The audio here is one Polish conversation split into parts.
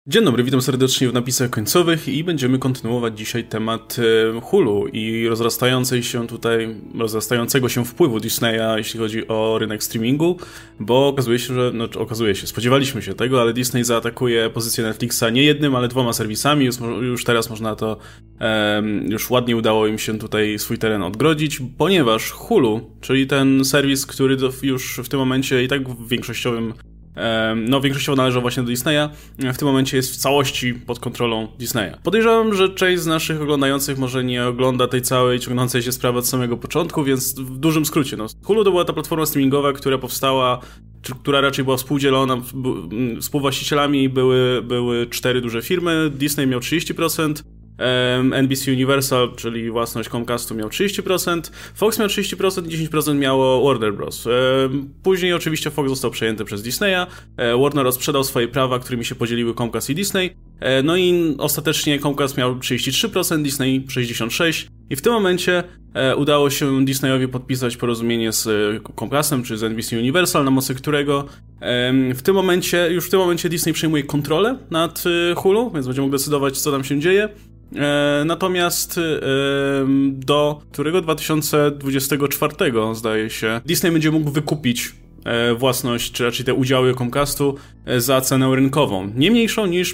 Dzień dobry, witam serdecznie w napisach końcowych i będziemy kontynuować dzisiaj temat Hulu i rozrastającego się wpływu Disneya, jeśli chodzi o rynek streamingu, bo okazuje się, spodziewaliśmy się tego, ale Disney zaatakuje pozycję Netflixa nie jednym, ale 2 serwisami, już teraz można to, już ładnie udało im się tutaj swój teren odgrodzić, ponieważ Hulu, czyli ten serwis, który już w tym momencie i tak większościowo należał właśnie do Disneya, w tym momencie jest w całości pod kontrolą Disneya. Podejrzewam, że część z naszych oglądających może nie ogląda tej całej ciągnącej się sprawy od samego początku, więc w dużym skrócie, Hulu to była ta platforma streamingowa, która powstała, która raczej była współdzielona, współwłaścicielami były 4 duże firmy, Disney miał 30%, NBC Universal, czyli własność Comcastu, miał 30%, Fox miał 30% i 10% miało Warner Bros. Później oczywiście Fox został przejęty przez Disneya, Warner rozprzedał swoje prawa, którymi się podzieliły Comcast i Disney, no i ostatecznie Comcast miał 33%, Disney 66%. I w tym momencie udało się Disneyowi podpisać porozumienie z Comcastem, czy z NBC Universal, na mocy którego w tym momencie Disney przejmuje kontrolę nad Hulu, więc będzie mógł decydować, co tam się dzieje. Natomiast do 2024, zdaje się, Disney będzie mógł wykupić własność, czy raczej te udziały Comcastu za cenę rynkową, nie mniejszą niż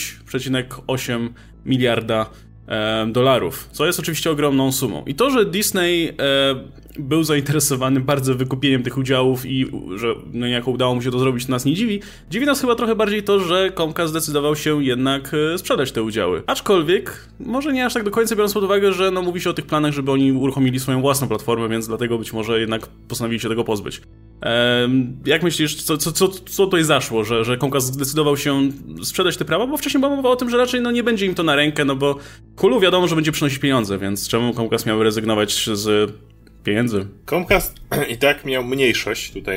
5,8 miliarda dolarów, co jest oczywiście ogromną sumą. I to, że Disney był zainteresowany bardzo wykupieniem tych udziałów i że niejako udało mu się to zrobić, nas nie dziwi. Dziwi nas chyba trochę bardziej to, że Comcast zdecydował się jednak sprzedać te udziały. Aczkolwiek, może nie aż tak do końca, biorąc pod uwagę, że mówi się o tych planach, żeby oni uruchomili swoją własną platformę, więc dlatego być może jednak postanowili się tego pozbyć. Jak myślisz, co tutaj zaszło, że Comcast zdecydował się sprzedać te prawa? Bo wcześniej była mowa o tym, że raczej nie będzie im to na rękę, bo Hulu wiadomo, że będzie przynosić pieniądze, więc czemu Comcast miał rezygnować z pieniędzy? Comcast i tak miał mniejszość tutaj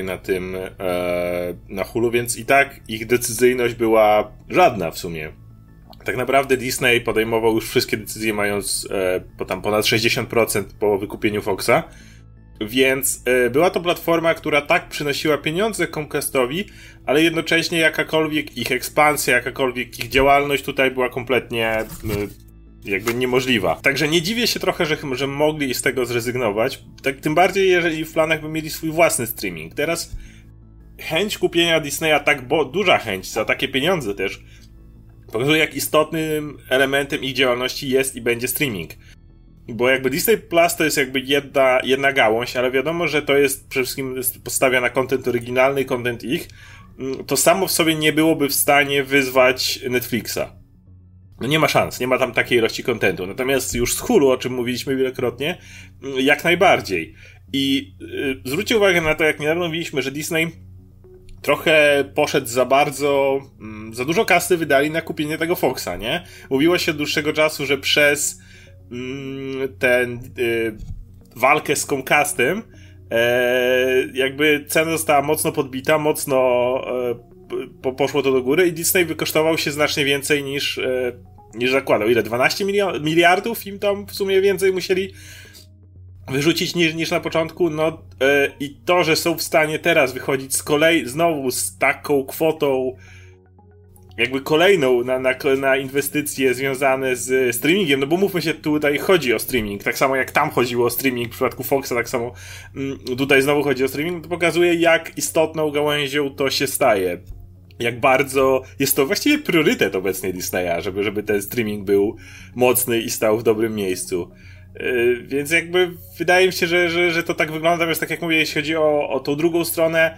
na Hulu, więc i tak ich decyzyjność była żadna w sumie. Tak naprawdę Disney podejmował już wszystkie decyzje, mając ponad 60% po wykupieniu Foxa, więc była to platforma, która tak przynosiła pieniądze Comcastowi, ale jednocześnie jakakolwiek ich ekspansja, jakakolwiek ich działalność tutaj była kompletnie jakby niemożliwa. Także nie dziwię się trochę, że mogli z tego zrezygnować, tak tym bardziej jeżeli w planach by mieli swój własny streaming. Teraz chęć kupienia Disneya, duża chęć za takie pieniądze też, pokazuje, jak istotnym elementem ich działalności jest i będzie streaming. Bo jakby Disney Plus to jest jakby jedna gałąź, ale wiadomo, że to jest przede wszystkim postawia na content oryginalny, content ich. To samo w sobie nie byłoby w stanie wyzwać Netflixa. Nie ma szans, nie ma tam takiej ilości kontentu. Natomiast już z Hulu, o czym mówiliśmy wielokrotnie, jak najbardziej. I zwróćcie uwagę na to, jak niedawno mówiliśmy, że Disney trochę poszedł za dużo kasy wydali na kupienie tego Foxa, nie? Mówiło się od dłuższego czasu, że przez walkę z Comcastem jakby cena została mocno podbita, poszło to do góry i Disney wykosztował się znacznie więcej niż zakładał. Ile? 12 miliardów im tam w sumie więcej musieli wyrzucić niż na początku. I to, że są w stanie teraz wychodzić znowu z taką kwotą jakby kolejną na inwestycje związane z streamingiem, bo mówmy się, tutaj chodzi o streaming, tak samo jak tam chodziło o streaming w przypadku Foxa, tak samo tutaj znowu chodzi o streaming, to pokazuje, jak istotną gałęzią to się staje. Jak bardzo jest to właściwie priorytet obecnie Disneya, żeby ten streaming był mocny i stał w dobrym miejscu. Więc jakby wydaje mi się, że to tak wygląda, natomiast tak jak mówię, jeśli chodzi o tą drugą stronę,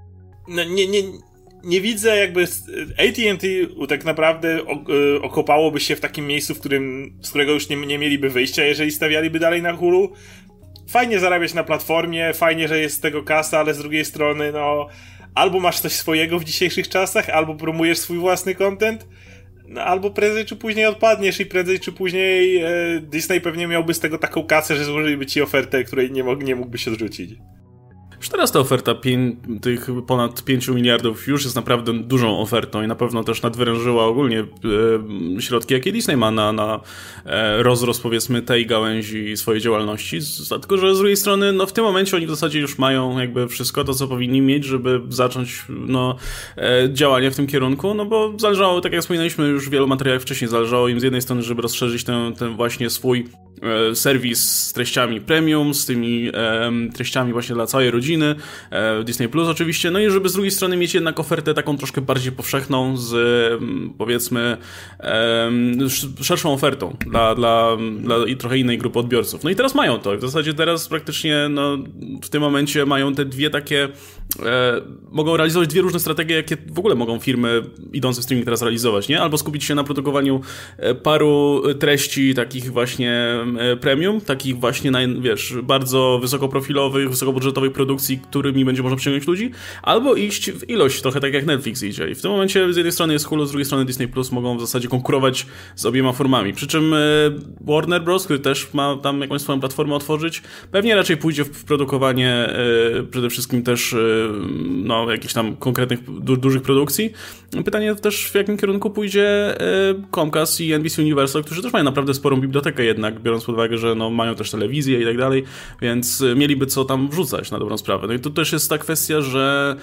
nie widzę jakby AT&T tak naprawdę okopałoby się w takim miejscu, z którego już nie mieliby wyjścia, jeżeli stawialiby dalej na Hulu. Fajnie zarabiać na platformie, fajnie, że jest z tego kasa, ale z drugiej strony albo masz coś swojego w dzisiejszych czasach, albo promujesz swój własny content, albo prędzej czy później odpadniesz i prędzej czy później Disney pewnie miałby z tego taką kasę, że złożyliby ci ofertę, której nie mógłby się odrzucić. Już teraz ta oferta tych ponad 5 miliardów już jest naprawdę dużą ofertą i na pewno też nadwyrężyła ogólnie środki, jakie Disney ma na rozrost, powiedzmy, tej gałęzi swojej działalności. Tylko że z drugiej strony, no w tym momencie oni w zasadzie już mają jakby wszystko to, co powinni mieć, żeby zacząć działanie w tym kierunku, no bo zależało, tak jak wspominaliśmy już w wielu materiałach wcześniej, zależało im z jednej strony, żeby rozszerzyć ten właśnie swój serwis z treściami premium, z tymi treściami właśnie dla całej rodziny, Disney Plus oczywiście, no i żeby z drugiej strony mieć jednak ofertę taką troszkę bardziej powszechną z, powiedzmy, szerszą ofertą dla i trochę innej grupy odbiorców. No i teraz mają to. W zasadzie teraz praktycznie w tym momencie mają te dwie takie mogą realizować dwie różne strategie, jakie w ogóle mogą firmy idące w streaming teraz realizować, nie? Albo skupić się na produkowaniu paru treści takich właśnie premium, takich właśnie, bardzo wysokoprofilowych, wysokobudżetowych produkcji, którymi będzie można przyciągnąć ludzi, albo iść w ilość, trochę tak jak Netflix idzie. I w tym momencie z jednej strony jest Hulu, z drugiej strony Disney Plus mogą w zasadzie konkurować z obiema formami. Przy czym Warner Bros., który też ma tam jakąś swoją platformę otworzyć, pewnie raczej pójdzie w produkowanie przede wszystkim też jakichś tam konkretnych, dużych produkcji. Pytanie też, w jakim kierunku pójdzie Comcast i NBC Universal, którzy też mają naprawdę sporą bibliotekę jednak, biorąc pod uwagę, że mają też telewizję i tak dalej, więc mieliby co tam wrzucać na dobrą sprawę. No i tu też jest ta kwestia, że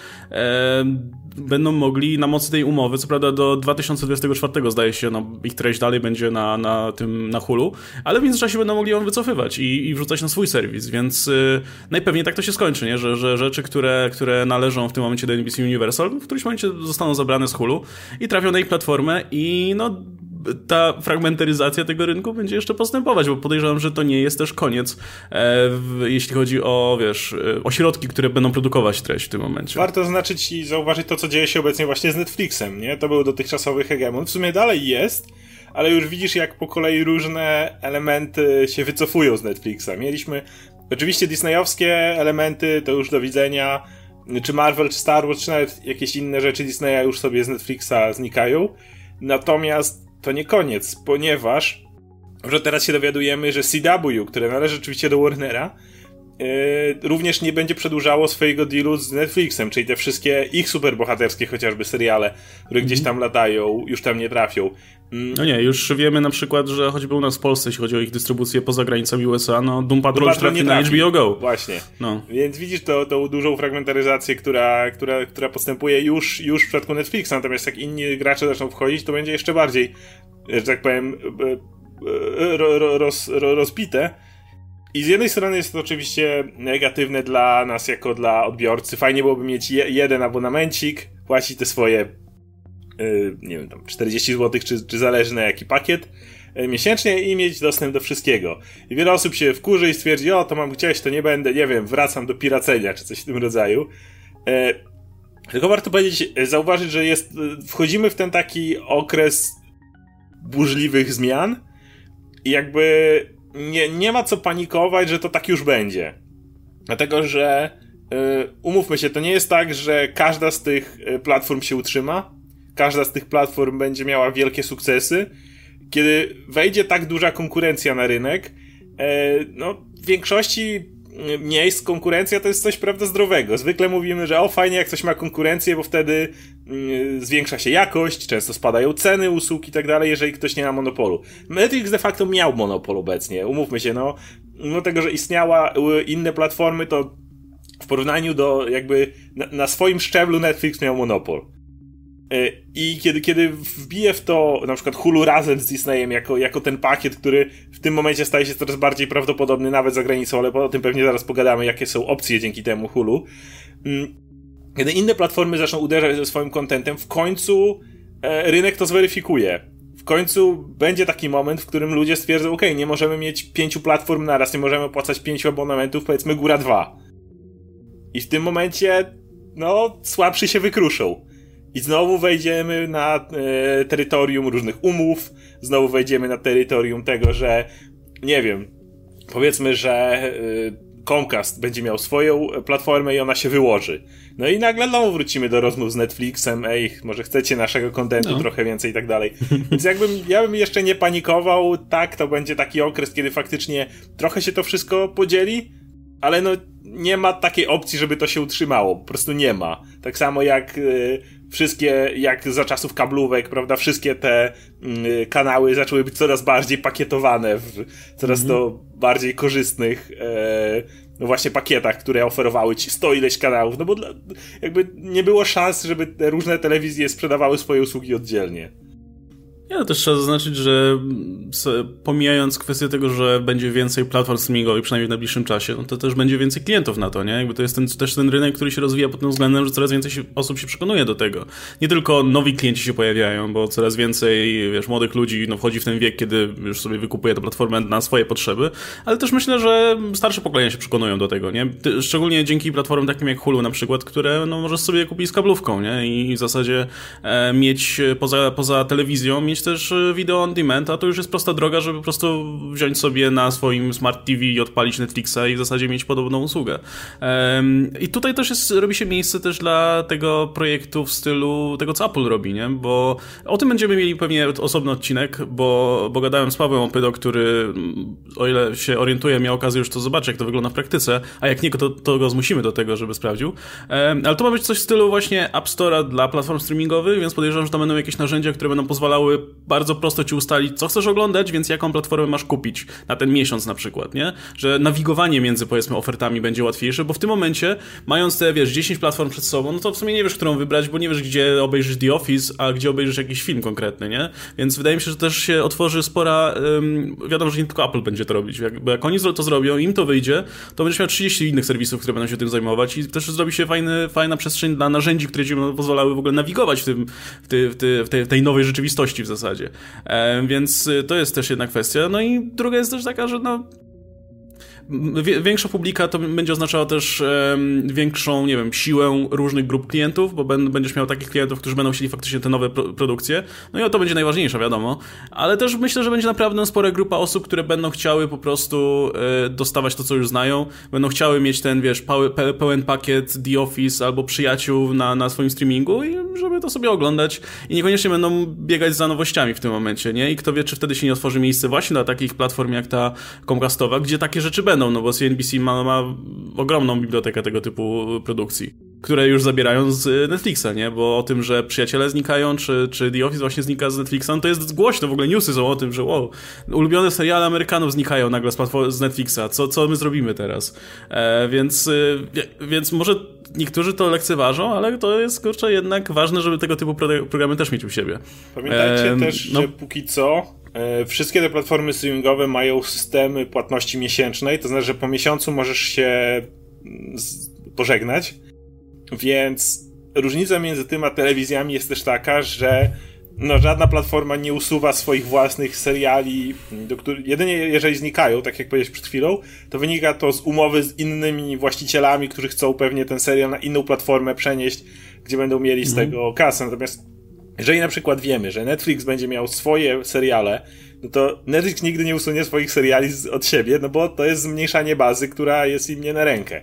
będą mogli na mocy tej umowy, co prawda do 2024 zdaje się, ich treść dalej będzie na Hulu, ale w międzyczasie będą mogli ją wycofywać i wrzucać na swój serwis, więc najpewniej tak to się skończy, nie? Że rzeczy, które należą w tym momencie do NBC Universal, w którymś momencie zostaną zabrane z Hulu i trafią na ich platformę i ta fragmentaryzacja tego rynku będzie jeszcze postępować, bo podejrzewam, że to nie jest też koniec, jeśli chodzi o, ośrodki, które będą produkować treść w tym momencie. Warto zaznaczyć i zauważyć to, co dzieje się obecnie właśnie z Netflixem, nie? To był dotychczasowy hegemon. W sumie dalej jest, ale już widzisz, jak po kolei różne elementy się wycofują z Netflixa. Mieliśmy oczywiście disneyowskie elementy, to już do widzenia, czy Marvel, czy Star Wars, czy nawet jakieś inne rzeczy Disneya już sobie z Netflixa znikają. Natomiast to nie koniec, ponieważ że teraz się dowiadujemy, że CW, które należy oczywiście do Warnera, również nie będzie przedłużało swojego dealu z Netflixem, czyli te wszystkie ich superbohaterskie chociażby seriale, które gdzieś tam latają, już tam nie trafią. No nie, już wiemy na przykład, że choćby u nas w Polsce, jeśli chodzi o ich dystrybucję poza granicami USA, Doom Patrol już trafi na HBO Go. Właśnie. Więc widzisz tą dużą fragmentaryzację, która postępuje już w przypadku Netflixa, natomiast jak inni gracze zaczną wchodzić, to będzie jeszcze bardziej, że tak powiem, rozbite. I z jednej strony jest to oczywiście negatywne dla nas jako dla odbiorcy. Fajnie byłoby mieć jeden abonamencik, płacić te swoje 40 zł, czy zależy na jaki pakiet miesięcznie i mieć dostęp do wszystkiego. I wiele osób się wkurzy i stwierdzi, to mam gdzieś, to nie będę, wracam do piracenia, czy coś w tym rodzaju. Tylko warto zauważyć, że wchodzimy w ten taki okres burzliwych zmian i jakby nie ma co panikować, że to tak już będzie. Dlatego, że umówmy się, to nie jest tak, że każda z tych platform się utrzyma, każda z tych platform będzie miała wielkie sukcesy. Kiedy wejdzie tak duża konkurencja na rynek, w większości miejsc konkurencja to jest coś, prawda, zdrowego. Zwykle mówimy, że fajnie jak coś ma konkurencję, bo wtedy zwiększa się jakość, często spadają ceny usług i tak dalej, jeżeli ktoś nie ma monopolu. Netflix de facto miał monopol obecnie, umówmy się, mimo tego, że istniały inne platformy, to w porównaniu do na swoim szczeblu Netflix miał monopol. I kiedy wbije w to na przykład Hulu razem z Disneyem jako ten pakiet, który w tym momencie staje się coraz bardziej prawdopodobny nawet za granicą, ale o tym pewnie zaraz pogadamy, jakie są opcje dzięki temu Hulu. Kiedy inne platformy zaczną uderzać ze swoim contentem, w końcu rynek to zweryfikuje. W końcu będzie taki moment, w którym ludzie stwierdzą, nie możemy mieć 5 platform naraz, nie możemy opłacać 5 abonamentów, powiedzmy góra 2. I w tym momencie, słabsi się wykruszą. I znowu wejdziemy na terytorium różnych umów, znowu wejdziemy na terytorium tego, że powiedzmy, że Comcast będzie miał swoją platformę i ona się wyłoży. No i nagle znowu wrócimy do rozmów z Netflixem, może chcecie naszego kontentu trochę więcej i tak dalej. Więc ja bym jeszcze nie panikował, to będzie taki okres, kiedy faktycznie trochę się to wszystko podzieli, ale no nie ma takiej opcji, żeby to się utrzymało. Po prostu nie ma. Tak samo jak wszystkie, jak za czasów kablówek, prawda, wszystkie te kanały zaczęły być coraz bardziej pakietowane w coraz to bardziej korzystnych no właśnie pakietach, które oferowały ci 100 ileś kanałów, no bo jakby nie było szans, żeby te różne telewizje sprzedawały swoje usługi oddzielnie. Ja też trzeba zaznaczyć, że pomijając kwestię tego, że będzie więcej platform streamingowych, przynajmniej w najbliższym czasie, no to też będzie więcej klientów na to, nie? Jakby to jest też ten rynek, który się rozwija pod tym względem, że coraz więcej osób się przekonuje do tego. Nie tylko nowi klienci się pojawiają, bo coraz więcej, wiesz, młodych ludzi wchodzi w ten wiek, kiedy już sobie wykupuje tę platformę na swoje potrzeby, ale też myślę, że starsze pokolenia się przekonują do tego, nie? Szczególnie dzięki platformom takim jak Hulu na przykład, które no możesz sobie kupić z kablówką, nie? I w zasadzie mieć poza telewizją, mieć też video on demand, a to już jest prosta droga, żeby po prostu wziąć sobie na swoim Smart TV i odpalić Netflixa i w zasadzie mieć podobną usługę. I tutaj też robi się miejsce też dla tego projektu w stylu tego, co Apple robi, nie? Bo o tym będziemy mieli pewnie osobny odcinek, bo gadałem z Pawłem Opydo, który, o ile się orientuje, miał okazję już to zobaczyć, jak to wygląda w praktyce, a jak nie, to go zmusimy do tego, żeby sprawdził. Ale to ma być coś w stylu właśnie App Store'a dla platform streamingowych, więc podejrzewam, że tam będą jakieś narzędzia, które będą pozwalały bardzo prosto ci ustalić, co chcesz oglądać, więc jaką platformę masz kupić na ten miesiąc na przykład, nie? Że nawigowanie między, powiedzmy, ofertami będzie łatwiejsze, bo w tym momencie, mając te, wiesz, 10 platform przed sobą, no to w sumie nie wiesz, którą wybrać, bo nie wiesz, gdzie obejrzysz The Office, a gdzie obejrzysz jakiś film konkretny, nie? Więc wydaje mi się, że też się otworzy spora... wiadomo, że nie tylko Apple będzie to robić, bo jak oni to zrobią, im to wyjdzie, to będziesz miał 30 innych serwisów, które będą się tym zajmować i też zrobi się fajna przestrzeń dla narzędzi, które ci pozwalały w ogóle nawigować w tej nowej rzeczywistości w zasadzie. Więc to jest też jedna kwestia. No i druga jest też taka, że no większa publika to będzie oznaczało też większą, nie wiem, siłę różnych grup klientów, bo będziesz miał takich klientów, którzy będą chcieli faktycznie te nowe produkcje. No i to będzie najważniejsze, wiadomo. Ale też myślę, że będzie naprawdę spora grupa osób, które będą chciały po prostu dostawać to, co już znają. Będą chciały mieć ten, wiesz, pełen pakiet The Office albo Przyjaciół na swoim streamingu i żeby to sobie oglądać. I niekoniecznie będą biegać za nowościami w tym momencie, nie? I kto wie, czy wtedy się nie otworzy miejsce właśnie dla takich platform jak ta Comcastowa, gdzie takie rzeczy będą, no bo CNBC ma ogromną bibliotekę tego typu produkcji, które już zabierają z Netflixa, nie? Bo o tym, że Przyjaciele znikają, czy The Office właśnie znika z Netflixa, no to jest głośno, w ogóle newsy są o tym, że wow, ulubione seriale Amerykanów znikają nagle z Netflixa, co my zrobimy teraz? Więc może niektórzy to lekceważą, ale to jest, kurczę, jednak ważne, żeby tego typu programy też mieć u siebie. Pamiętajcie też, że póki co wszystkie te platformy streamingowe mają systemy płatności miesięcznej, to znaczy, że po miesiącu możesz się pożegnać, więc różnica między tym a telewizjami jest też taka, że no, żadna platforma nie usuwa swoich własnych seriali, jedynie jeżeli znikają, tak jak powiedziałeś przed chwilą, to wynika to z umowy z innymi właścicielami, którzy chcą pewnie ten serial na inną platformę przenieść, gdzie będą mieli z tego kasę. Natomiast jeżeli na przykład wiemy, że Netflix będzie miał swoje seriale, no to Netflix nigdy nie usunie swoich seriali od siebie, no bo to jest zmniejszanie bazy, która jest im nie na rękę.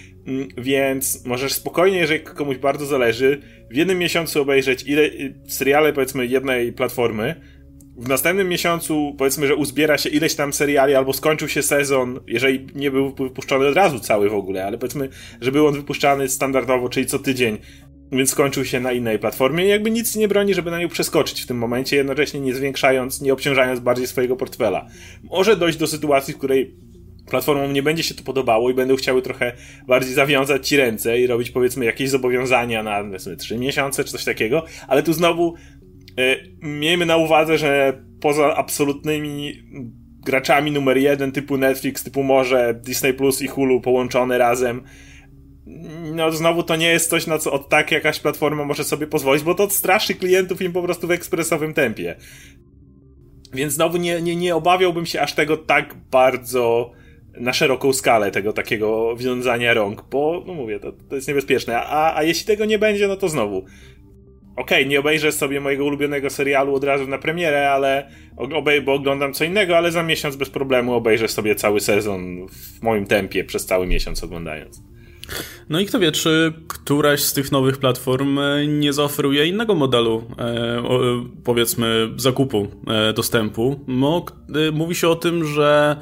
Więc możesz spokojnie, jeżeli komuś bardzo zależy, w jednym miesiącu obejrzeć seriale, powiedzmy, jednej platformy, w następnym miesiącu, powiedzmy, że uzbiera się ileś tam seriali, albo skończył się sezon, jeżeli nie był wypuszczony od razu cały w ogóle, ale powiedzmy, że był on wypuszczany standardowo, czyli co tydzień, więc skończył się na innej platformie i jakby nic nie broni, żeby na nią przeskoczyć w tym momencie, jednocześnie nie zwiększając, nie obciążając bardziej swojego portfela. Może dojść do sytuacji, w której platformom nie będzie się to podobało i będą chciały trochę bardziej zawiązać ci ręce i robić, powiedzmy, jakieś zobowiązania na, powiedzmy, 3 miesiące czy coś takiego, ale tu znowu miejmy na uwadze, że poza absolutnymi graczami numer 1 typu Netflix, typu może Disney Plus i Hulu połączone razem, no znowu to nie jest coś, na co od tak jakaś platforma może sobie pozwolić, bo to straszy klientów im po prostu w ekspresowym tempie. Więc znowu nie obawiałbym się aż tego tak bardzo na szeroką skalę, tego takiego wiązania rąk, bo, no mówię, to jest niebezpieczne. A jeśli tego nie będzie, no to znowu okej, nie obejrzę sobie mojego ulubionego serialu od razu na premierę, ale bo oglądam co innego, ale za miesiąc bez problemu obejrzę sobie cały sezon w moim tempie przez cały miesiąc oglądając. No i kto wie, czy któraś z tych nowych platform nie zaoferuje innego modelu, powiedzmy, zakupu dostępu. Mówi się o tym, że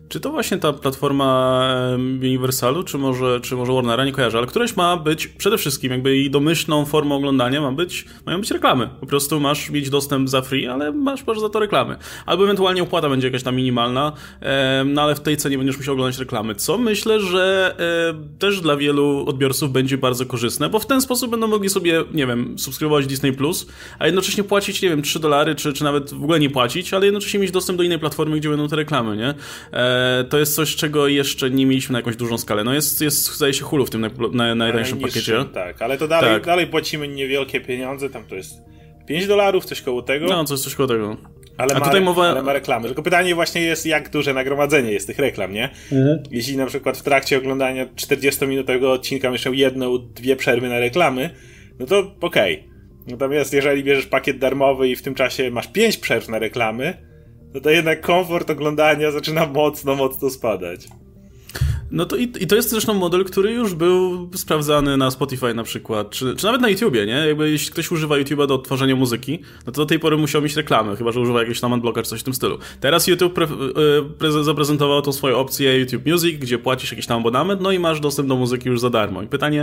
Czy to właśnie ta platforma Universalu, czy może Warnera, nie kojarzę, ale któraś ma być przede wszystkim jakby i domyślną formą oglądania mają być reklamy. Po prostu masz mieć dostęp za free, ale masz za to reklamy. Albo ewentualnie opłata będzie jakaś tam minimalna, no ale w tej cenie będziesz musiał oglądać reklamy, co myślę, że też dla wielu odbiorców będzie bardzo korzystne, bo w ten sposób będą mogli sobie, nie wiem, subskrybować Disney+, a jednocześnie płacić, nie wiem, $3, czy nawet w ogóle nie płacić, ale jednocześnie mieć dostęp do innej platformy, gdzie będą te reklamy, nie? To jest coś, czego jeszcze nie mieliśmy na jakąś dużą skalę. No jest zdaje się Hulu w tym najtańszym pakiecie. Tak, ale to dalej płacimy niewielkie pieniądze, tam to jest $5, coś koło tego. No, coś koło tego. Ale ma reklamy. Tylko pytanie właśnie jest, jak duże nagromadzenie jest tych reklam, nie? Jeśli na przykład w trakcie oglądania 40-minutowego odcinka mieszczą 1-2 przerwy na reklamy, no to okej. Natomiast jeżeli bierzesz pakiet darmowy i w tym czasie masz 5 przerw na reklamy, to jednak komfort oglądania zaczyna mocno spadać. No to i to jest zresztą model, który już był sprawdzany na Spotify na przykład, czy nawet na YouTubie, nie? Jakby jeśli ktoś używa YouTube'a do tworzenia muzyki, no to do tej pory musiał mieć reklamy, chyba że używa jakiegoś tam adblocka czy coś w tym stylu. Teraz YouTube zaprezentował tą swoją opcję YouTube Music, gdzie płacisz jakiś tam abonament, no i masz dostęp do muzyki już za darmo. I pytanie,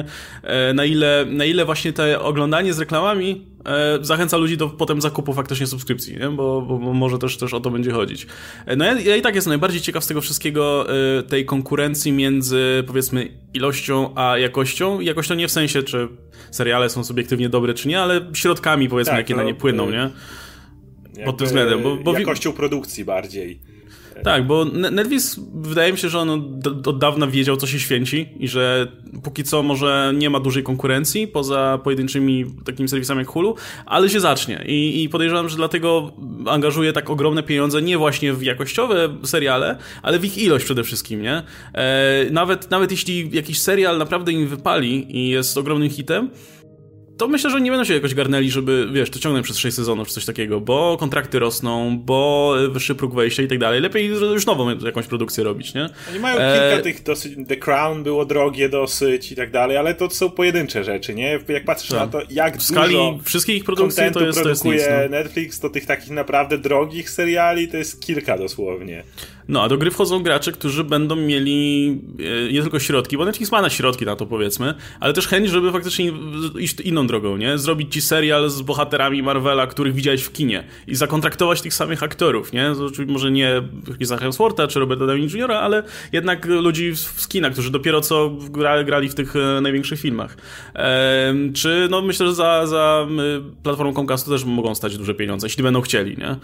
na ile właśnie te oglądanie z reklamami zachęca ludzi do potem zakupu faktycznie subskrypcji, nie? Bo może też o to będzie chodzić. No ja i tak jestem najbardziej ciekaw z tego wszystkiego, tej konkurencji między, powiedzmy, ilością a jakością. Jakością nie w sensie, czy seriale są subiektywnie dobre, czy nie, ale środkami, powiedzmy, tak, jakie na nie płyną, nie? Pod tym względem. Bo jakością produkcji bardziej. Tak, bo Netflix, wydaje mi się, że on od dawna wiedział, co się święci i że póki co może nie ma dużej konkurencji poza pojedynczymi takimi serwisami jak Hulu, ale się zacznie i podejrzewam, że dlatego angażuje tak ogromne pieniądze nie właśnie w jakościowe seriale, ale w ich ilość przede wszystkim, nie? Nawet jeśli jakiś serial naprawdę im wypali i jest ogromnym hitem, to myślę, że nie będą się jakoś garnęli, żeby, wiesz, to ciągnąć przez 6 sezonów czy coś takiego, bo kontrakty rosną, bo wyższy próg wejścia i tak dalej. Lepiej już nową jakąś produkcję robić, nie? Oni mają kilka tych dosyć, The Crown było drogie dosyć i tak dalej, ale to są pojedyncze rzeczy, nie? Jak patrzysz na to, jak w skali dużo wszystkich ich produkcji to jest nic, no. Netflix, to tych takich naprawdę drogich seriali to jest kilka dosłownie. No, a do gry wchodzą gracze, którzy będą mieli nie tylko środki, bo Netflix ma na środki na to, powiedzmy, ale też chęć, żeby faktycznie iść inną drogą, nie? Zrobić ci serial z bohaterami Marvela, których widziałeś w kinie i zakontraktować tych samych aktorów, nie? Może nie Chrisa Hemswortha czy Roberta Downey Jr., ale jednak ludzi z kina, którzy dopiero co grali w tych największych filmach. Czy, no myślę, że za platformą Comcastu też mogą stać duże pieniądze, jeśli będą chcieli, nie?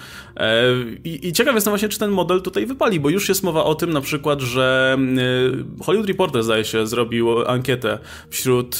I ciekaw jestem właśnie, czy ten model tutaj wypali, bo już jest mowa o tym na przykład, że Hollywood Reporter, zdaje się, zrobił ankietę wśród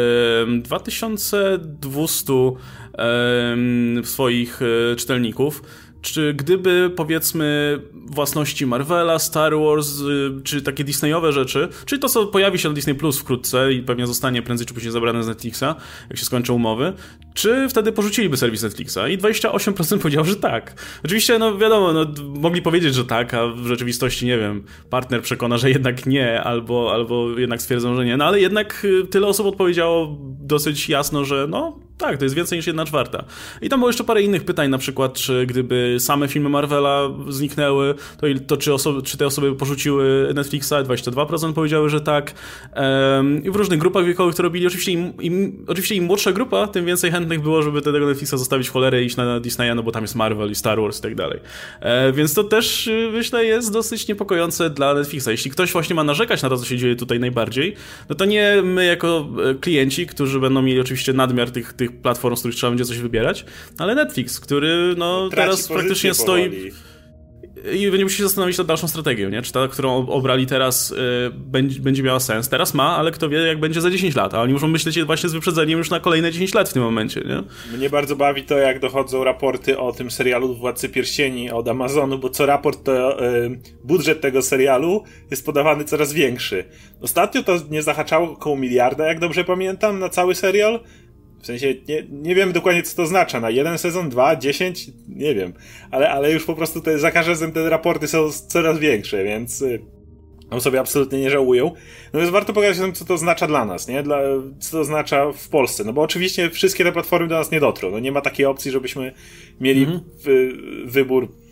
2200 swoich czytelników, czy gdyby, powiedzmy, własności Marvela, Star Wars, czy takie Disneyowe rzeczy, czyli to, co pojawi się na Disney Plus wkrótce i pewnie zostanie prędzej czy później zabrane z Netflixa, jak się skończą umowy, czy wtedy porzuciliby serwis Netflixa? I 28% powiedział, że tak. Oczywiście, no wiadomo, no, mogli powiedzieć, że tak, a w rzeczywistości, nie wiem, partner przekona, że jednak nie, albo jednak stwierdzą, że nie, no ale jednak tyle osób odpowiedziało dosyć jasno, że no tak, to jest więcej niż 1/4. I tam było jeszcze parę innych pytań, na przykład, czy gdyby same filmy Marvela zniknęły, to czy te osoby porzuciły Netflixa? 22% powiedziały, że tak. I w różnych grupach wiekowych to robili. Oczywiście im młodsza grupa, tym więcej chętnych było, żeby tego Netflixa zostawić w cholerę i iść na Disneya, no bo tam jest Marvel i Star Wars i tak dalej. Więc to też, myślę, jest dosyć niepokojące dla Netflixa. Jeśli ktoś właśnie ma narzekać na to, co się dzieje tutaj najbardziej, no to nie my jako klienci, którzy będą mieli oczywiście nadmiar tych platform, z których trzeba będzie coś wybierać, ale Netflix, który no teraz praktycznie stoi i będzie musiał się zastanowić nad dalszą strategią, nie? Czy ta, którą obrali teraz, będzie miała sens. Teraz ma, ale kto wie, jak będzie za 10 lat. A oni muszą myśleć właśnie z wyprzedzeniem już na kolejne 10 lat w tym momencie, nie? Mnie bardzo bawi to, jak dochodzą raporty o tym serialu Władcy Pierścieni od Amazonu, bo co raport to budżet tego serialu jest podawany coraz większy. Ostatnio to nie zahaczało około miliarda, jak dobrze pamiętam, na cały serial. W sensie, nie wiem dokładnie, co to oznacza. Na 1 sezon, 2, 10? Nie wiem. Ale już po prostu za każdym razem te raporty są coraz większe, więc on sobie absolutnie nie żałują. No więc warto pokazać o tym, co to oznacza dla nas, nie? Co to oznacza w Polsce. No bo oczywiście wszystkie te platformy do nas nie dotrą. No nie ma takiej opcji, żebyśmy mieli wybór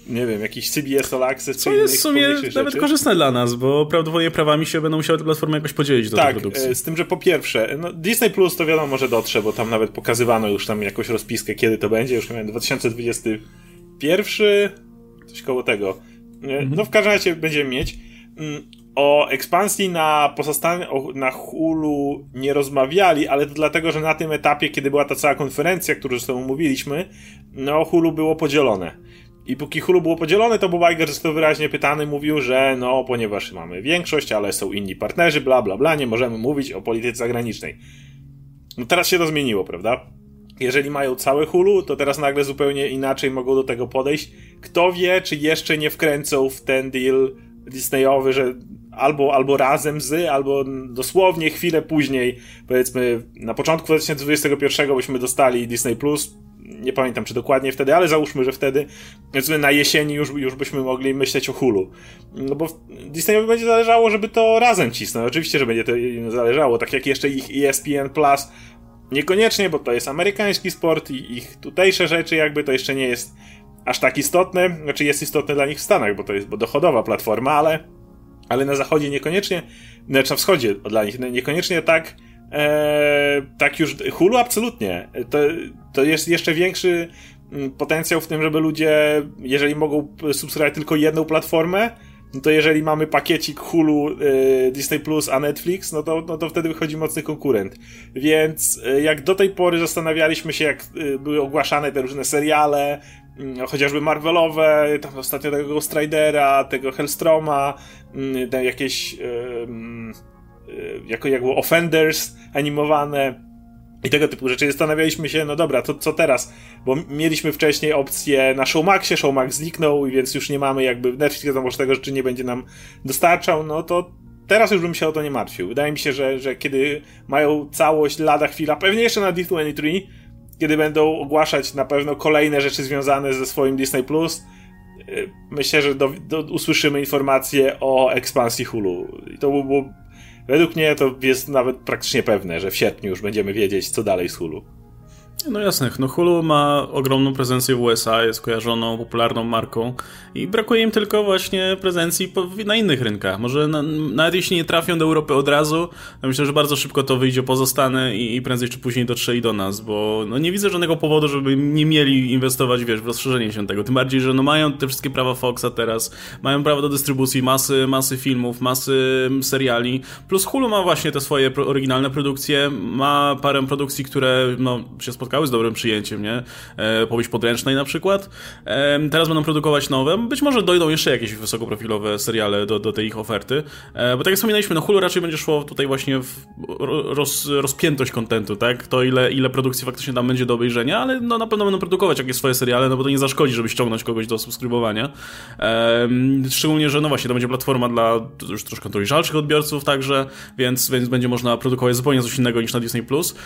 nie wiem, jakiś CBS All Access. Co jest w sumie nawet korzystne dla nas, bo prawdopodobnie prawami się będą musiały te platformy jakoś podzielić do tej produkcji. Tak, z tym, że po pierwsze, no Disney Plus to wiadomo, że dotrze, bo tam nawet pokazywano już tam jakąś rozpiskę, kiedy to będzie, już nie wiem, 2021, coś koło tego. No w każdym razie będziemy mieć. O ekspansji na Hulu nie rozmawiali, ale to dlatego, że na tym etapie, kiedy była ta cała konferencja, którą zresztą mówiliśmy, no Hulu było podzielone. I póki Hulu było podzielone, to Bob Iger, to wyraźnie pytany, mówił, że no, ponieważ mamy większość, ale są inni partnerzy, bla, bla, bla, nie możemy mówić o polityce zagranicznej. No teraz się to zmieniło, prawda? Jeżeli mają całe Hulu, to teraz nagle zupełnie inaczej mogą do tego podejść. Kto wie, czy jeszcze nie wkręcą w ten deal Disneyowy, że albo razem albo dosłownie chwilę później, powiedzmy na początku 2021 byśmy dostali Disney Plus, nie pamiętam czy dokładnie wtedy, ale załóżmy, że wtedy powiedzmy na jesieni już byśmy mogli myśleć o Hulu. No bo Disneyowi będzie zależało, żeby to razem cisnąć. Oczywiście, że będzie to im zależało, tak jak jeszcze ich ESPN Plus niekoniecznie, bo to jest amerykański sport i ich tutejsze rzeczy jakby to jeszcze nie jest aż tak istotne, znaczy jest istotne dla nich w Stanach, bo to jest dochodowa platforma, ale na zachodzie niekoniecznie, znaczy na wschodzie dla nich niekoniecznie tak już Hulu absolutnie. To jest jeszcze większy potencjał w tym, żeby ludzie, jeżeli mogą subskrybować tylko jedną platformę, no to jeżeli mamy pakiecik Hulu, Disney Plus, a Netflix, no to wtedy wychodzi mocny konkurent. Więc jak do tej pory zastanawialiśmy się, jak były ogłaszane te różne seriale, chociażby Marvelowe, tam ostatnio tego Ghost Ridera, tego Hellstroma, jakieś jak było Offenders animowane i tego typu rzeczy. Zastanawialiśmy się, no dobra, to co teraz? Bo mieliśmy wcześniej opcję na Showmaxie, Showmax zniknął, więc już nie mamy jakby Netflix, wiadomo, że tego rzeczy nie będzie nam dostarczał, no to teraz już bym się o to nie martwił. Wydaje mi się, że kiedy mają całość lada chwila, pewnie jeszcze na D23, kiedy będą ogłaszać na pewno kolejne rzeczy związane ze swoim Disney Plus, myślę, że usłyszymy informacje o ekspansji Hulu. I to by było, według mnie to jest nawet praktycznie pewne, że w sierpniu już będziemy wiedzieć, co dalej z Hulu. No jasne, no Hulu ma ogromną prezencję w USA, jest kojarzoną, popularną marką i brakuje im tylko właśnie prezencji na innych rynkach. Może nawet jeśli nie trafią do Europy od razu, to myślę, że bardzo szybko to wyjdzie poza Stany i prędzej czy później dotrze i do nas, bo no nie widzę żadnego powodu, żeby nie mieli inwestować, w rozszerzenie się tego. Tym bardziej, że no mają te wszystkie prawa Foxa teraz, mają prawo do dystrybucji, masy filmów, masy seriali, plus Hulu ma właśnie te swoje oryginalne produkcje, ma parę produkcji, które no się spotkały z dobrym przyjęciem, nie? Powieść Podręcznej na przykład. Teraz będą produkować nowe. Być może dojdą jeszcze jakieś wysokoprofilowe seriale do tej ich oferty. Bo tak jak wspominaliśmy, no Hulu raczej będzie szło tutaj właśnie w rozpiętość kontentu, tak? To ile produkcji faktycznie tam będzie do obejrzenia, ale no na pewno będą produkować jakieś swoje seriale, no bo to nie zaszkodzi, żeby ściągnąć kogoś do subskrybowania. Szczególnie, że no właśnie, to będzie platforma dla już troszkę dojrzalszych odbiorców także, więc będzie można produkować zupełnie coś innego niż na Disney+.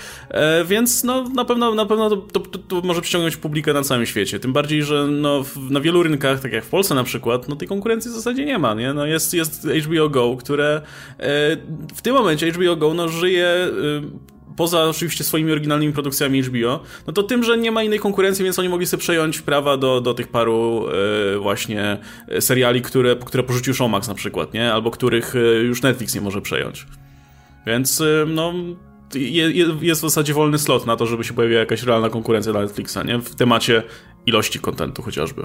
Więc no na pewno to może przyciągnąć publikę na całym świecie. Tym bardziej, że no, na wielu rynkach, tak jak w Polsce na przykład, no tej konkurencji w zasadzie nie ma, nie? No jest HBO Go, które w tym momencie HBO Go no, żyje poza oczywiście swoimi oryginalnymi produkcjami HBO, no to tym, że nie ma innej konkurencji, więc oni mogli sobie przejąć prawa do tych paru właśnie seriali, które porzucił Showmax na przykład, nie? Albo których już Netflix nie może przejąć. Więc no jest w zasadzie wolny slot na to, żeby się pojawiła jakaś realna konkurencja dla Netflixa, nie? W temacie ilości kontentu chociażby.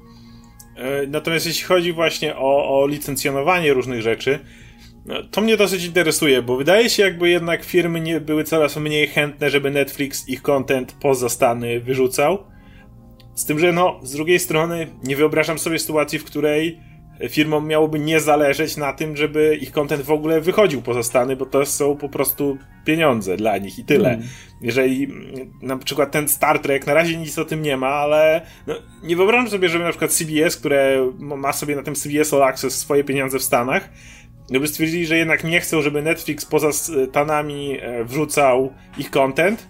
Natomiast jeśli chodzi właśnie o licencjonowanie różnych rzeczy, no, to mnie dosyć interesuje, bo wydaje się jakby jednak firmy były coraz mniej chętne, żeby Netflix ich content poza Stany wyrzucał. Z tym, że no, z drugiej strony nie wyobrażam sobie sytuacji, w której firmom miałoby nie zależeć na tym, żeby ich content w ogóle wychodził poza Stany, bo to są po prostu pieniądze dla nich i tyle. Jeżeli na przykład ten Star Trek, na razie nic o tym nie ma, ale no, nie wyobrażam sobie, żeby na przykład CBS, które ma sobie na tym CBS All Access swoje pieniądze w Stanach, gdyby stwierdzili, że jednak nie chcą, żeby Netflix poza Stanami wrzucał ich content,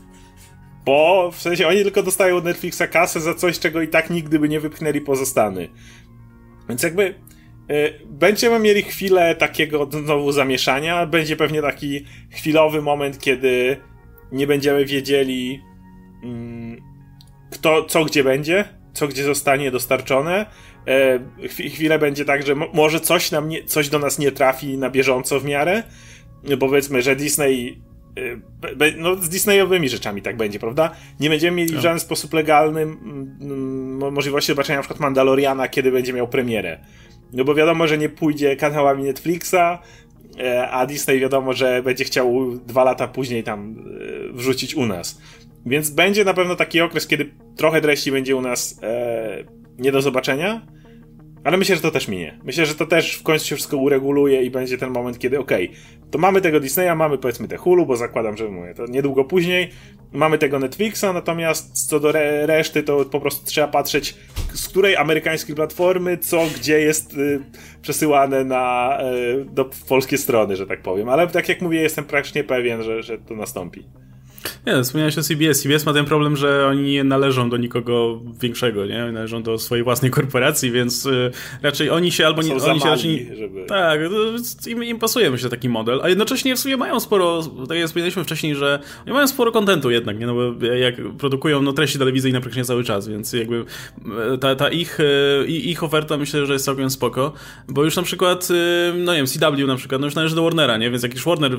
bo w sensie oni tylko dostają od Netflixa kasę za coś, czego i tak nigdy by nie wypchnęli poza Stany. Więc jakby będziemy mieli chwilę takiego znowu zamieszania, będzie pewnie taki chwilowy moment, kiedy nie będziemy wiedzieli kto, co gdzie będzie, co gdzie zostanie dostarczone. Chwilę będzie tak, że może coś do nas nie trafi na bieżąco w miarę. Powiedzmy, że Disney... No z Disneyowymi rzeczami tak będzie, prawda? Nie będziemy mieli w żaden sposób legalny możliwości zobaczenia na przykład Mandaloriana, kiedy będzie miał premierę. No bo wiadomo, że nie pójdzie kanałami Netflixa, a Disney wiadomo, że będzie chciał 2 lata później tam wrzucić u nas. Więc będzie na pewno taki okres, kiedy trochę treści będzie u nas nie do zobaczenia, ale myślę, że to też minie. Myślę, że to też w końcu się wszystko ureguluje i będzie ten moment, kiedy to mamy tego Disneya, mamy powiedzmy te Hulu, bo zakładam, że mówię, to niedługo później mamy tego Netflixa, natomiast co do reszty, to po prostu trzeba patrzeć, z której amerykańskiej platformy, gdzie jest przesyłane do polskie strony, że tak powiem. Ale tak jak mówię, jestem praktycznie pewien, że to nastąpi. Nie, wspomniałeś o CBS. CBS ma ten problem, że oni nie należą do nikogo większego, nie? Należą do swojej własnej korporacji, więc raczej oni się albo nie... Oni się raczej... żeby... Tak, im pasuje, myślę, taki model, a jednocześnie w sumie mają sporo, tak jak wspomnieliśmy wcześniej, że oni mają sporo kontentu jednak, nie? No bo jak produkują treści telewizyjne praktycznie cały czas, więc jakby ta ich oferta myślę, że jest całkiem spoko, bo już na przykład, no nie wiem, CW na przykład, no już należy do Warnera, nie? Więc jak już Warner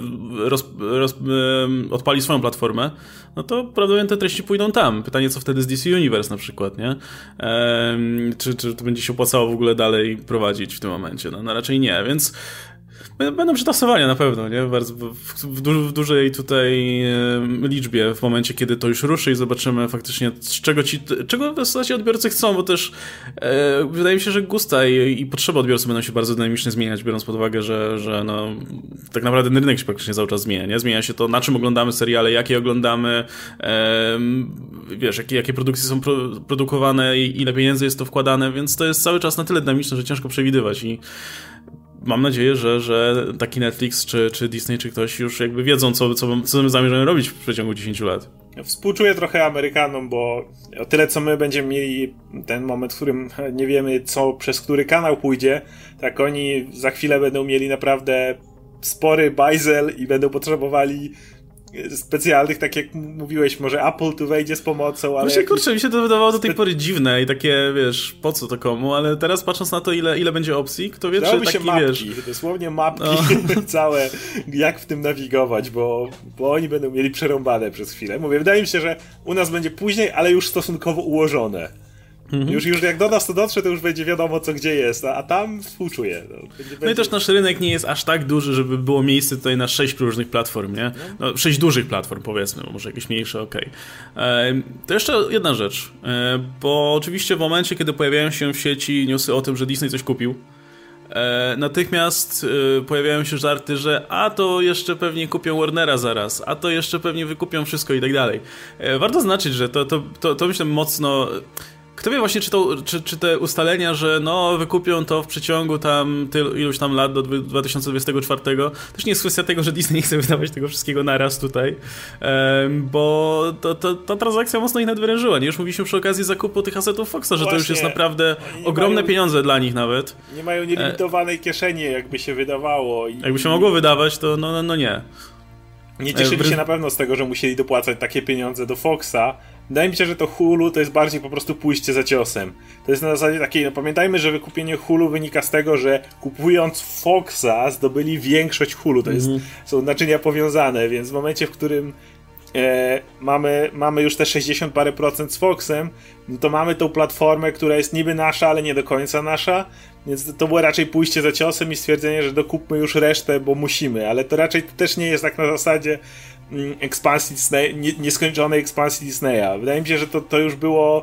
odpali swoją platformę, no to prawdopodobnie te treści pójdą tam. Pytanie, co wtedy z DC Universe na przykład, nie? Czy to będzie się opłacało w ogóle dalej prowadzić w tym momencie? No raczej nie, więc będą przetasowania na pewno, nie? Bardzo w dużej tutaj liczbie w momencie, kiedy to już ruszy i zobaczymy faktycznie czego w zasadzie odbiorcy chcą, bo też wydaje mi się, że gusta i potrzeby odbiorcy będą się bardzo dynamicznie zmieniać, biorąc pod uwagę, że no tak naprawdę ten rynek się praktycznie cały czas zmienia, nie? Zmienia się to, na czym oglądamy seriale, jakie oglądamy, wiesz, jakie produkcje są produkowane i ile pieniędzy jest to wkładane, więc to jest cały czas na tyle dynamiczne, że ciężko przewidywać i mam nadzieję, że taki Netflix, czy Disney, czy ktoś już jakby wiedzą, co my zamierzamy robić w przeciągu 10 lat. Współczuję trochę Amerykanom, bo o tyle, co my będziemy mieli ten moment, w którym nie wiemy, przez który kanał pójdzie, tak oni za chwilę będą mieli naprawdę spory bajzel i będą potrzebowali specjalnych, tak jak mówiłeś, może Apple tu wejdzie z pomocą, ale... Właśnie, kurczę, mi się to wydawało do tej pory dziwne i takie, wiesz, po co to komu, ale teraz patrząc na to, ile będzie opcji, kto wie, czy taki, mapki, wiesz... dosłownie mapki całe, jak w tym nawigować, bo oni będą mieli przerąbane przez chwilę. Mówię, wydaje mi się, że u nas będzie później, ale już stosunkowo ułożone. Już jak do nas to dotrze, to już będzie wiadomo, co gdzie jest, a tam współczuję. No i też nasz rynek nie jest aż tak duży, żeby było miejsce tutaj na 6 różnych platform, nie? No, 6 dużych platform, powiedzmy, może jakieś mniejsze, okej. To jeszcze jedna rzecz, bo oczywiście w momencie, kiedy pojawiają się w sieci newsy o tym, że Disney coś kupił, natychmiast pojawiają się żarty, że a to jeszcze pewnie kupią Warnera zaraz, a to jeszcze pewnie wykupią wszystko i tak dalej. Warto znaczyć, że to myślę mocno... Kto wie właśnie, czy te ustalenia, że no wykupią to w przeciągu tam iluś tam lat do 2024, też nie jest kwestia tego, że Disney nie chce wydawać tego wszystkiego naraz tutaj, bo ta transakcja mocno ich nadwyrężyła. Nie? Już mówiliśmy przy okazji zakupu tych asetów Foxa, że właśnie, to już jest naprawdę ogromne pieniądze dla nich nawet. Nie mają nielimitowanej kieszeni, jakby się wydawało. Jakby się mogło wydawać, to no nie. Nie cieszyli się na pewno z tego, że musieli dopłacać takie pieniądze do Foxa. Wydaje mi się, że to Hulu to jest bardziej po prostu pójście za ciosem. To jest na zasadzie takiej, no pamiętajmy, że wykupienie Hulu wynika z tego, że kupując Foxa zdobyli większość Hulu. To są naczynia powiązane, więc w momencie, w którym mamy już te 60 parę procent z Foxem, no to mamy tą platformę, która jest niby nasza, ale nie do końca nasza, więc to było raczej pójście za ciosem i stwierdzenie, że dokupmy już resztę, bo musimy, ale to raczej też nie jest tak na zasadzie ekspansji Disney, nieskończonej ekspansji Disneya. Wydaje mi się, że to już było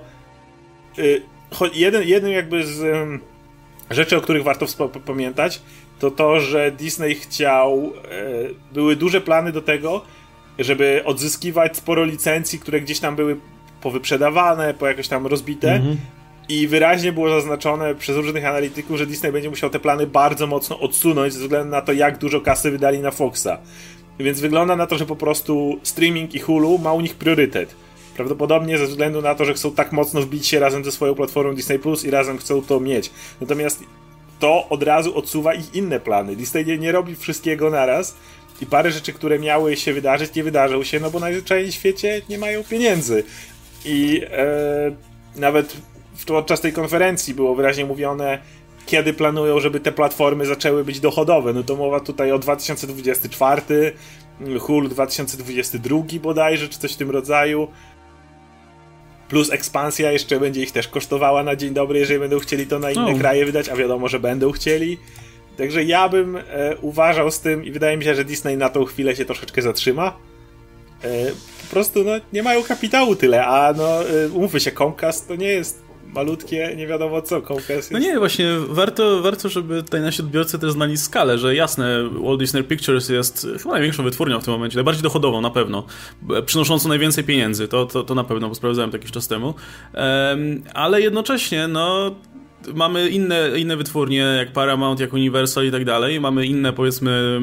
jeden jakby z rzeczy, o których warto pamiętać, to, że Disney chciał, były duże plany do tego, żeby odzyskiwać sporo licencji, które gdzieś tam były powyprzedawane, jakoś tam rozbite i wyraźnie było zaznaczone przez różnych analityków, że Disney będzie musiał te plany bardzo mocno odsunąć ze względu na to, jak dużo kasy wydali na Foxa. Więc wygląda na to, że po prostu streaming i Hulu ma u nich priorytet. Prawdopodobnie ze względu na to, że chcą tak mocno wbić się razem ze swoją platformą Disney Plus i razem chcą to mieć. Natomiast to od razu odsuwa ich inne plany. Disney nie robi wszystkiego naraz i parę rzeczy, które miały się wydarzyć, nie wydarzą się, no bo najzwyczajniej w świecie nie mają pieniędzy. I nawet podczas tej konferencji było wyraźnie mówione, kiedy planują, żeby te platformy zaczęły być dochodowe. No to mowa tutaj o 2024, Hulu 2022 bodajże, czy coś w tym rodzaju. Plus ekspansja jeszcze będzie ich też kosztowała na dzień dobry, jeżeli będą chcieli to na inne kraje wydać, a wiadomo, że będą chcieli. Także ja bym uważał z tym i wydaje mi się, że Disney na tą chwilę się troszeczkę zatrzyma. Po prostu nie mają kapitału tyle, a umówmy się, Comcast to nie jest malutkie, nie wiadomo co, Comcast jest... No nie, właśnie warto, żeby tutaj nasi odbiorcy też znali skalę, że jasne, Walt Disney Pictures jest chyba największą wytwórnią w tym momencie, najbardziej dochodową na pewno, przynoszącą najwięcej pieniędzy, to na pewno, bo sprawdzałem to jakiś czas temu, ale jednocześnie, mamy inne wytwórnie, jak Paramount, jak Universal i tak dalej, mamy inne, powiedzmy,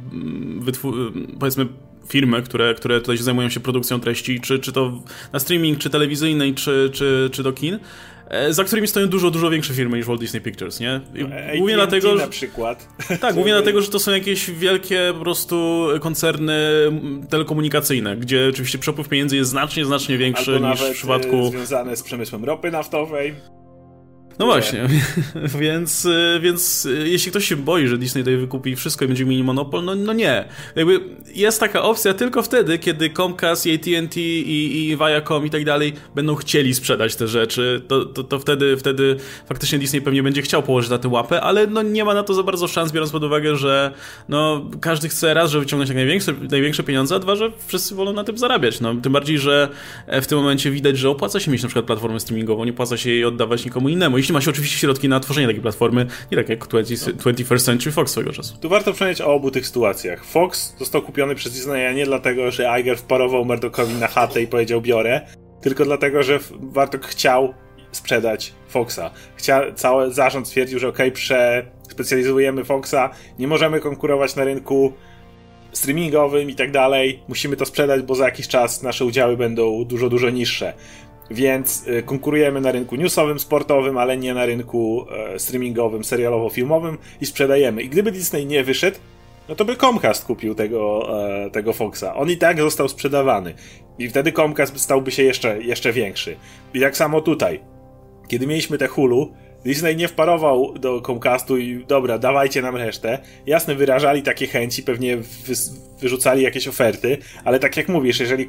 firmy, które tutaj zajmują się produkcją treści, czy to na streaming, czy telewizyjnej, czy do kin, za którymi stoją dużo większe firmy niż Walt Disney Pictures, nie? Głównie dlatego, na przykład. Tak, głównie dlatego, że to są jakieś wielkie po prostu koncerny telekomunikacyjne, gdzie oczywiście przepływ pieniędzy jest znacznie większy albo niż w przypadku... związane z przemysłem ropy naftowej. No właśnie, więc jeśli ktoś się boi, że Disney tutaj wykupi wszystko i będzie mieli monopol, no nie. Jakby jest taka opcja tylko wtedy, kiedy Comcast i AT&T i Viacom i tak dalej będą chcieli sprzedać te rzeczy, to wtedy faktycznie Disney pewnie będzie chciał położyć na tę łapę, ale nie ma na to za bardzo szans, biorąc pod uwagę, że każdy chce raz, żeby wyciągnąć jak największe pieniądze, a dwa, że wszyscy wolą na tym zarabiać. Tym bardziej, że w tym momencie widać, że opłaca się mieć na przykład platformę streamingową, nie opłaca się jej oddawać nikomu innemu. Jeśli ma się oczywiście środki na tworzenie takiej platformy, nie tak jak 21st Century Fox swego czasu. Tu warto przypomnieć o obu tych sytuacjach. Fox został kupiony przez Disneya nie dlatego, że Iger wparował Murdochowi na chatę i powiedział biorę, tylko dlatego, że Bartok chciał sprzedać Foxa. Cały zarząd stwierdził, że specjalizujemy Foxa, nie możemy konkurować na rynku streamingowym i tak dalej, musimy to sprzedać, bo za jakiś czas nasze udziały będą dużo niższe. Więc konkurujemy na rynku newsowym, sportowym, ale nie na rynku streamingowym, serialowo-filmowym i sprzedajemy. I gdyby Disney nie wyszedł, to by Comcast kupił tego Foxa. On i tak został sprzedawany. I wtedy Comcast stałby się jeszcze większy. I tak samo tutaj. Kiedy mieliśmy te Hulu, Disney nie wparował do Comcastu i dobra, dawajcie nam resztę. Jasne, wyrażali takie chęci, pewnie wyrzucali jakieś oferty, ale tak jak mówisz, jeżeli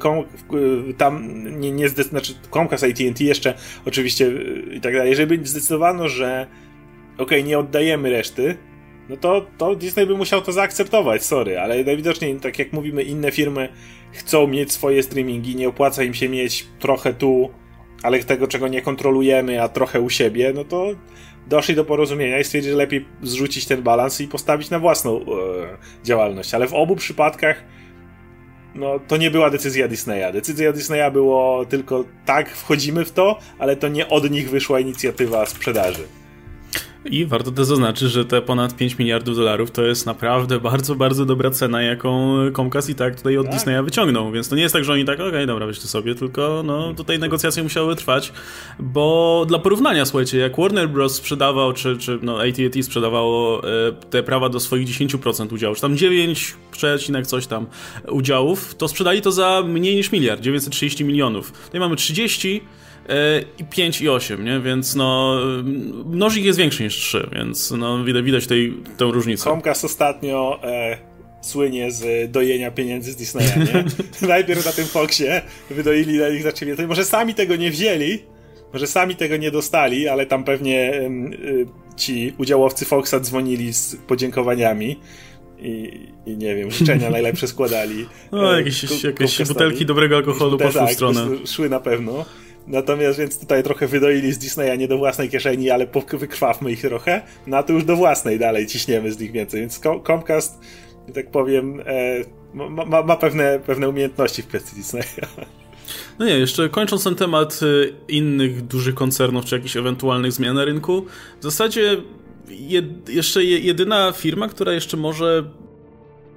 Comcast, AT&T jeszcze oczywiście i tak dalej, jeżeli by zdecydowano, że nie oddajemy reszty, to Disney by musiał to zaakceptować, sorry, ale najwidoczniej, tak jak mówimy, inne firmy chcą mieć swoje streamingi, nie opłaca im się mieć trochę tu, ale tego, czego nie kontrolujemy, a trochę u siebie, to doszli do porozumienia i stwierdzili, że lepiej zrzucić ten balans i postawić na własną działalność. Ale w obu przypadkach to nie była decyzja Disneya. Decyzja Disneya było tylko tak, wchodzimy w to, ale to nie od nich wyszła inicjatywa sprzedaży. I warto też zaznaczyć, że te ponad $5 miliardów to jest naprawdę bardzo, bardzo dobra cena, jaką Comcast i tak tutaj od Disneya wyciągnął, więc to nie jest tak, że oni tak, dobra, weźcie sobie, tylko tutaj negocjacje musiały trwać, bo dla porównania, słuchajcie, jak Warner Bros. Sprzedawał, czy AT&T sprzedawało te prawa do swoich 10% udziałów, czy tam 9, coś tam udziałów, to sprzedali to za mniej niż miliard, 930 milionów. Tutaj mamy 30 i 5 i 8, nie? Więc mnożnik jest większy niż 3, więc widać tę różnicę. Comcast ostatnio słynie z dojenia pieniędzy z Disneya, nie? Najpierw na tym Foxie wydoili na nich zaczęli. Może sami tego nie wzięli, może sami tego nie dostali, ale tam pewnie ci udziałowcy Foxa dzwonili z podziękowaniami i nie wiem, życzenia najlepsze składali. Jakieś butelki dobrego alkoholu poszły w stronę. Szły na pewno. Natomiast więc tutaj trochę wydoili z Disneya, nie do własnej kieszeni, ale wykrwawmy ich trochę, a to już do własnej dalej ciśniemy z nich więcej. Więc Comcast, tak powiem, ma pewne umiejętności w kwestii Disneya. No nie, jeszcze kończąc ten temat innych dużych koncernów, czy jakichś ewentualnych zmian na rynku, w zasadzie jeszcze jedyna firma, która jeszcze może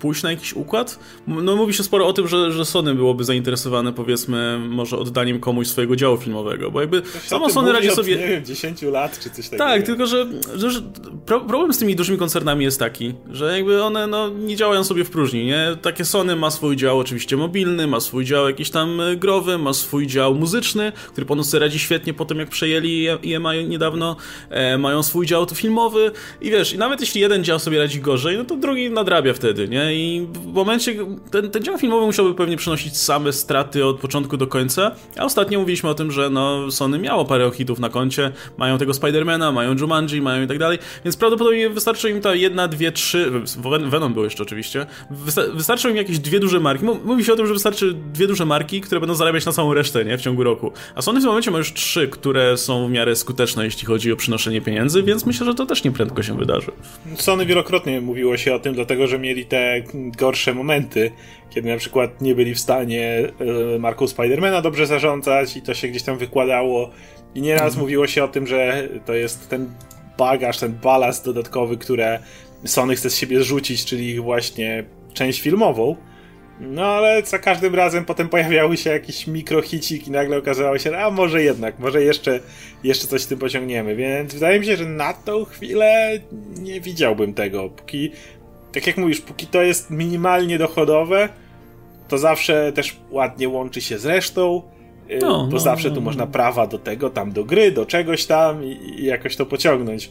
pójść na jakiś układ? No mówi się sporo o tym, że Sony byłoby zainteresowane, powiedzmy, może oddaniem komuś swojego działu filmowego, bo jakby samo Sony radzi sobie... nie wiem, 10 lat czy coś takiego. Tak, tylko że problem z tymi dużymi koncernami jest taki, że jakby one nie działają sobie w próżni, nie? Takie Sony ma swój dział oczywiście mobilny, ma swój dział jakiś tam growy, ma swój dział muzyczny, który ponoć sobie radzi świetnie po tym, jak przejęli EMI niedawno, mają swój dział filmowy i wiesz, i nawet jeśli jeden dział sobie radzi gorzej, no to drugi nadrabia wtedy, nie? I w momencie ten dział filmowy musiałby pewnie przynosić same straty od początku do końca, a ostatnio mówiliśmy o tym, że Sony miało parę hitów na koncie, mają tego Spidermana, mają Jumanji, mają i tak dalej, więc prawdopodobnie wystarczy im ta 1, 2, 3, Venom był jeszcze oczywiście, wystarczą im jakieś 2 duże marki, mówi się o tym, że wystarczy 2 duże marki, które będą zarabiać na całą resztę, nie? W ciągu roku, a Sony w tym momencie ma już 3, które są w miarę skuteczne, jeśli chodzi o przynoszenie pieniędzy, więc myślę, że to też nieprędko się wydarzy. Sony wielokrotnie mówiło się o tym, dlatego że mieli te gorsze momenty, kiedy na przykład nie byli w stanie marką Spidermana dobrze zarządzać i to się gdzieś tam wykładało i nieraz mówiło się o tym, że to jest ten bagaż, ten balast dodatkowy, które Sony chce z siebie zrzucić, czyli właśnie część filmową. No ale za każdym razem potem pojawiały się jakiś mikrohicik i nagle okazało się, a może jednak, może jeszcze coś z tym pociągniemy, więc wydaje mi się, że na tą chwilę nie widziałbym tego, póki, tak jak mówisz, póki to jest minimalnie dochodowe, to zawsze też ładnie łączy się z resztą, bo zawsze tu można prawa do tego, tam do gry, do czegoś tam i jakoś to pociągnąć,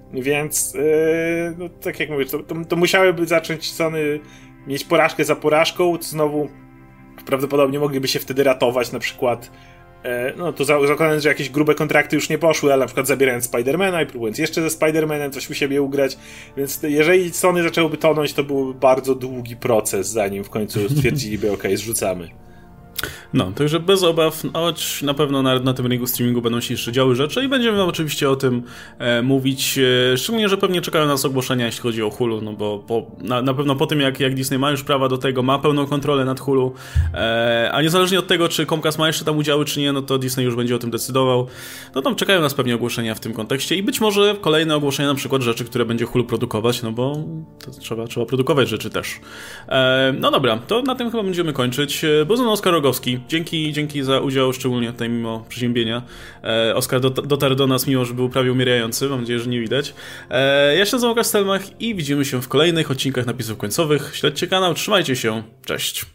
więc no, tak jak mówisz, to musiałyby zacząć Sony mieć porażkę za porażką, to znowu prawdopodobnie mogliby się wtedy ratować, na przykład no to zakładając, że jakieś grube kontrakty już nie poszły, ale na przykład zabierając Spidermana i próbując jeszcze ze Spidermanem coś u siebie ugrać, więc jeżeli Sony zaczęłoby tonąć, to byłby bardzo długi proces, zanim w końcu stwierdziliby, okej, zrzucamy. No, także bez obaw, choć na pewno na tym rynku streamingu będą się jeszcze działy rzeczy i będziemy wam oczywiście o tym mówić, szczególnie, że pewnie czekają nas ogłoszenia, jeśli chodzi o Hulu, no bo na pewno po tym, jak Disney ma już prawa do tego, ma pełną kontrolę nad Hulu, a niezależnie od tego, czy Comcast ma jeszcze tam udziały, czy nie, no to Disney już będzie o tym decydował, no tam czekają nas pewnie ogłoszenia w tym kontekście i być może kolejne ogłoszenia, na przykład rzeczy, które będzie Hulu produkować, no bo to trzeba produkować rzeczy też. No dobra, to na tym chyba będziemy kończyć. Był ze mną Oskar Rogowski. Dzięki za udział, szczególnie tutaj mimo przeziębienia. Oskar dotarł do nas, mimo że był prawie umierający. Mam nadzieję, że nie widać. Ja się nazywam Łukasz Stelmach i widzimy się w kolejnych odcinkach napisów końcowych. Śledźcie kanał, trzymajcie się. Cześć.